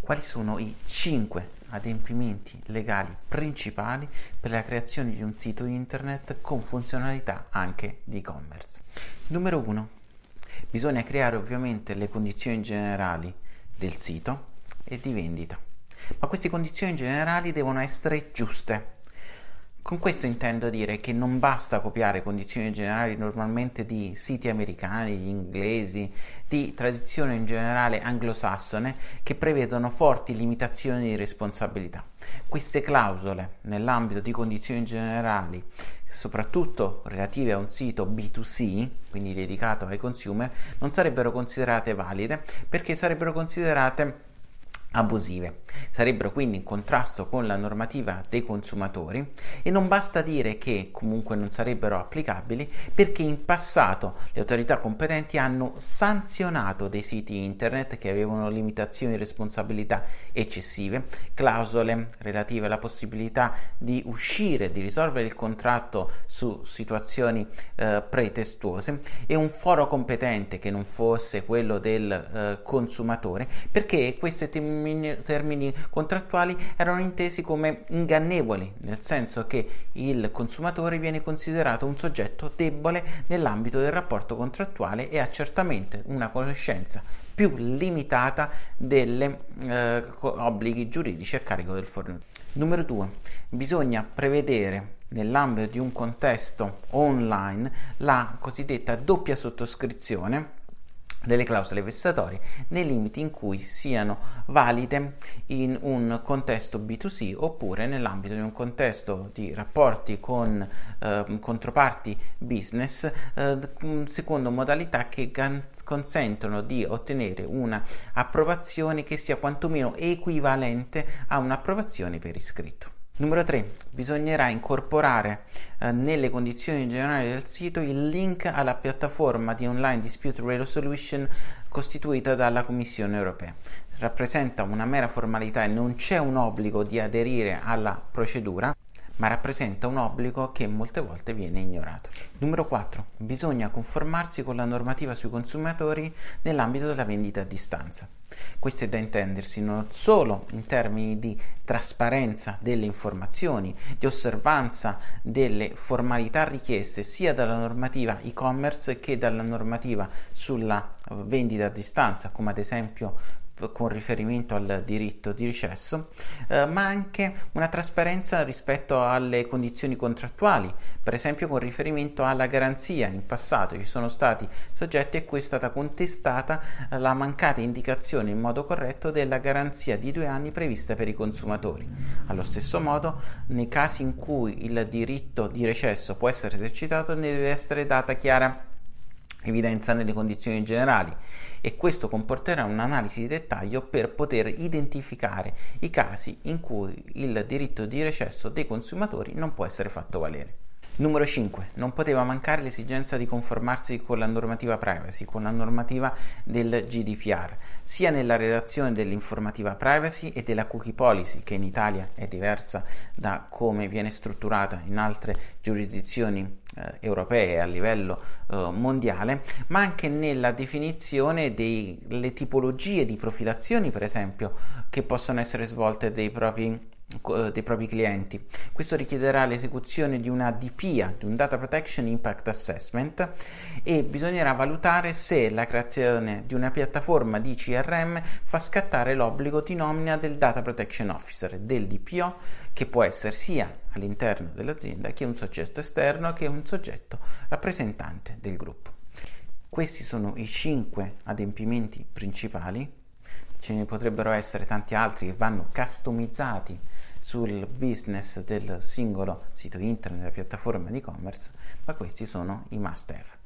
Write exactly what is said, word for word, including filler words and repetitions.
quali sono i cinque adempimenti legali principali per la creazione di un sito internet con funzionalità anche di e-commerce. Numero uno. Bisogna creare ovviamente le condizioni generali del sito e di vendita, ma queste condizioni generali devono essere giuste. Con questo intendo dire che non basta copiare condizioni generali normalmente di siti americani, inglesi, di tradizione in generale anglosassone, che prevedono forti limitazioni di responsabilità. Queste clausole nell'ambito di condizioni generali, soprattutto relative a un sito B due C, quindi dedicato ai consumer, non sarebbero considerate valide perché sarebbero considerate abusive, sarebbero quindi in contrasto con la normativa dei consumatori e non basta dire che comunque non sarebbero applicabili perché in passato le autorità competenti hanno sanzionato dei siti internet che avevano limitazioni di responsabilità eccessive, clausole relative alla possibilità di uscire, di risolvere il contratto su situazioni eh, pretestuose e un foro competente che non fosse quello del eh, consumatore, perché queste tem- termini contrattuali erano intesi come ingannevoli, nel senso che il consumatore viene considerato un soggetto debole nell'ambito del rapporto contrattuale e ha certamente una conoscenza più limitata degli eh, obblighi giuridici a carico del fornitore. Numero due. Bisogna prevedere nell'ambito di un contesto online la cosiddetta doppia sottoscrizione delle clausole vessatorie nei limiti in cui siano valide in un contesto B due C oppure nell'ambito di un contesto di rapporti con eh, controparti business eh, secondo modalità che gan- consentono di ottenere una approvazione che sia quantomeno equivalente a un'approvazione per iscritto. Numero tre. Bisognerà incorporare eh, nelle condizioni generali del sito il link alla piattaforma di online dispute resolution costituita dalla Commissione europea. Rappresenta una mera formalità e non c'è un obbligo di aderire alla procedura, ma rappresenta un obbligo che molte volte viene ignorato. Numero quattro. Bisogna conformarsi con la normativa sui consumatori nell'ambito della vendita a distanza. Questo è da intendersi non solo in termini di trasparenza delle informazioni, di osservanza delle formalità richieste sia dalla normativa e-commerce che dalla normativa sulla vendita a distanza, come ad esempio con riferimento al diritto di recesso, eh, ma anche una trasparenza rispetto alle condizioni contrattuali, per esempio con riferimento alla garanzia. In passato ci sono stati soggetti a cui è stata contestata la mancata indicazione in modo corretto della garanzia di due anni prevista per i consumatori. Allo stesso modo, nei casi in cui il diritto di recesso può essere esercitato, ne deve essere data chiara evidenza nelle condizioni generali e questo comporterà un'analisi di dettaglio per poter identificare i casi in cui il diritto di recesso dei consumatori non può essere fatto valere. Numero cinque. Non poteva mancare l'esigenza di conformarsi con la normativa privacy, con la normativa del G D P R, sia nella redazione dell'informativa privacy e della cookie policy, che in Italia è diversa da come viene strutturata in altre giurisdizioni eh, europee a livello eh, mondiale, ma anche nella definizione delle tipologie di profilazioni, per esempio, che possono essere svolte dai propri dei propri clienti. Questo richiederà l'esecuzione di una D P I A, di un Data Protection Impact Assessment, e bisognerà valutare se la creazione di una piattaforma di C R M fa scattare l'obbligo di nomina del Data Protection Officer, del D P O, che può essere sia all'interno dell'azienda che un soggetto esterno che un soggetto rappresentante del gruppo. Questi sono i cinque adempimenti principali. Ce ne potrebbero essere tanti altri che vanno customizzati sul business del singolo sito internet, della piattaforma di e-commerce, ma questi sono i must have.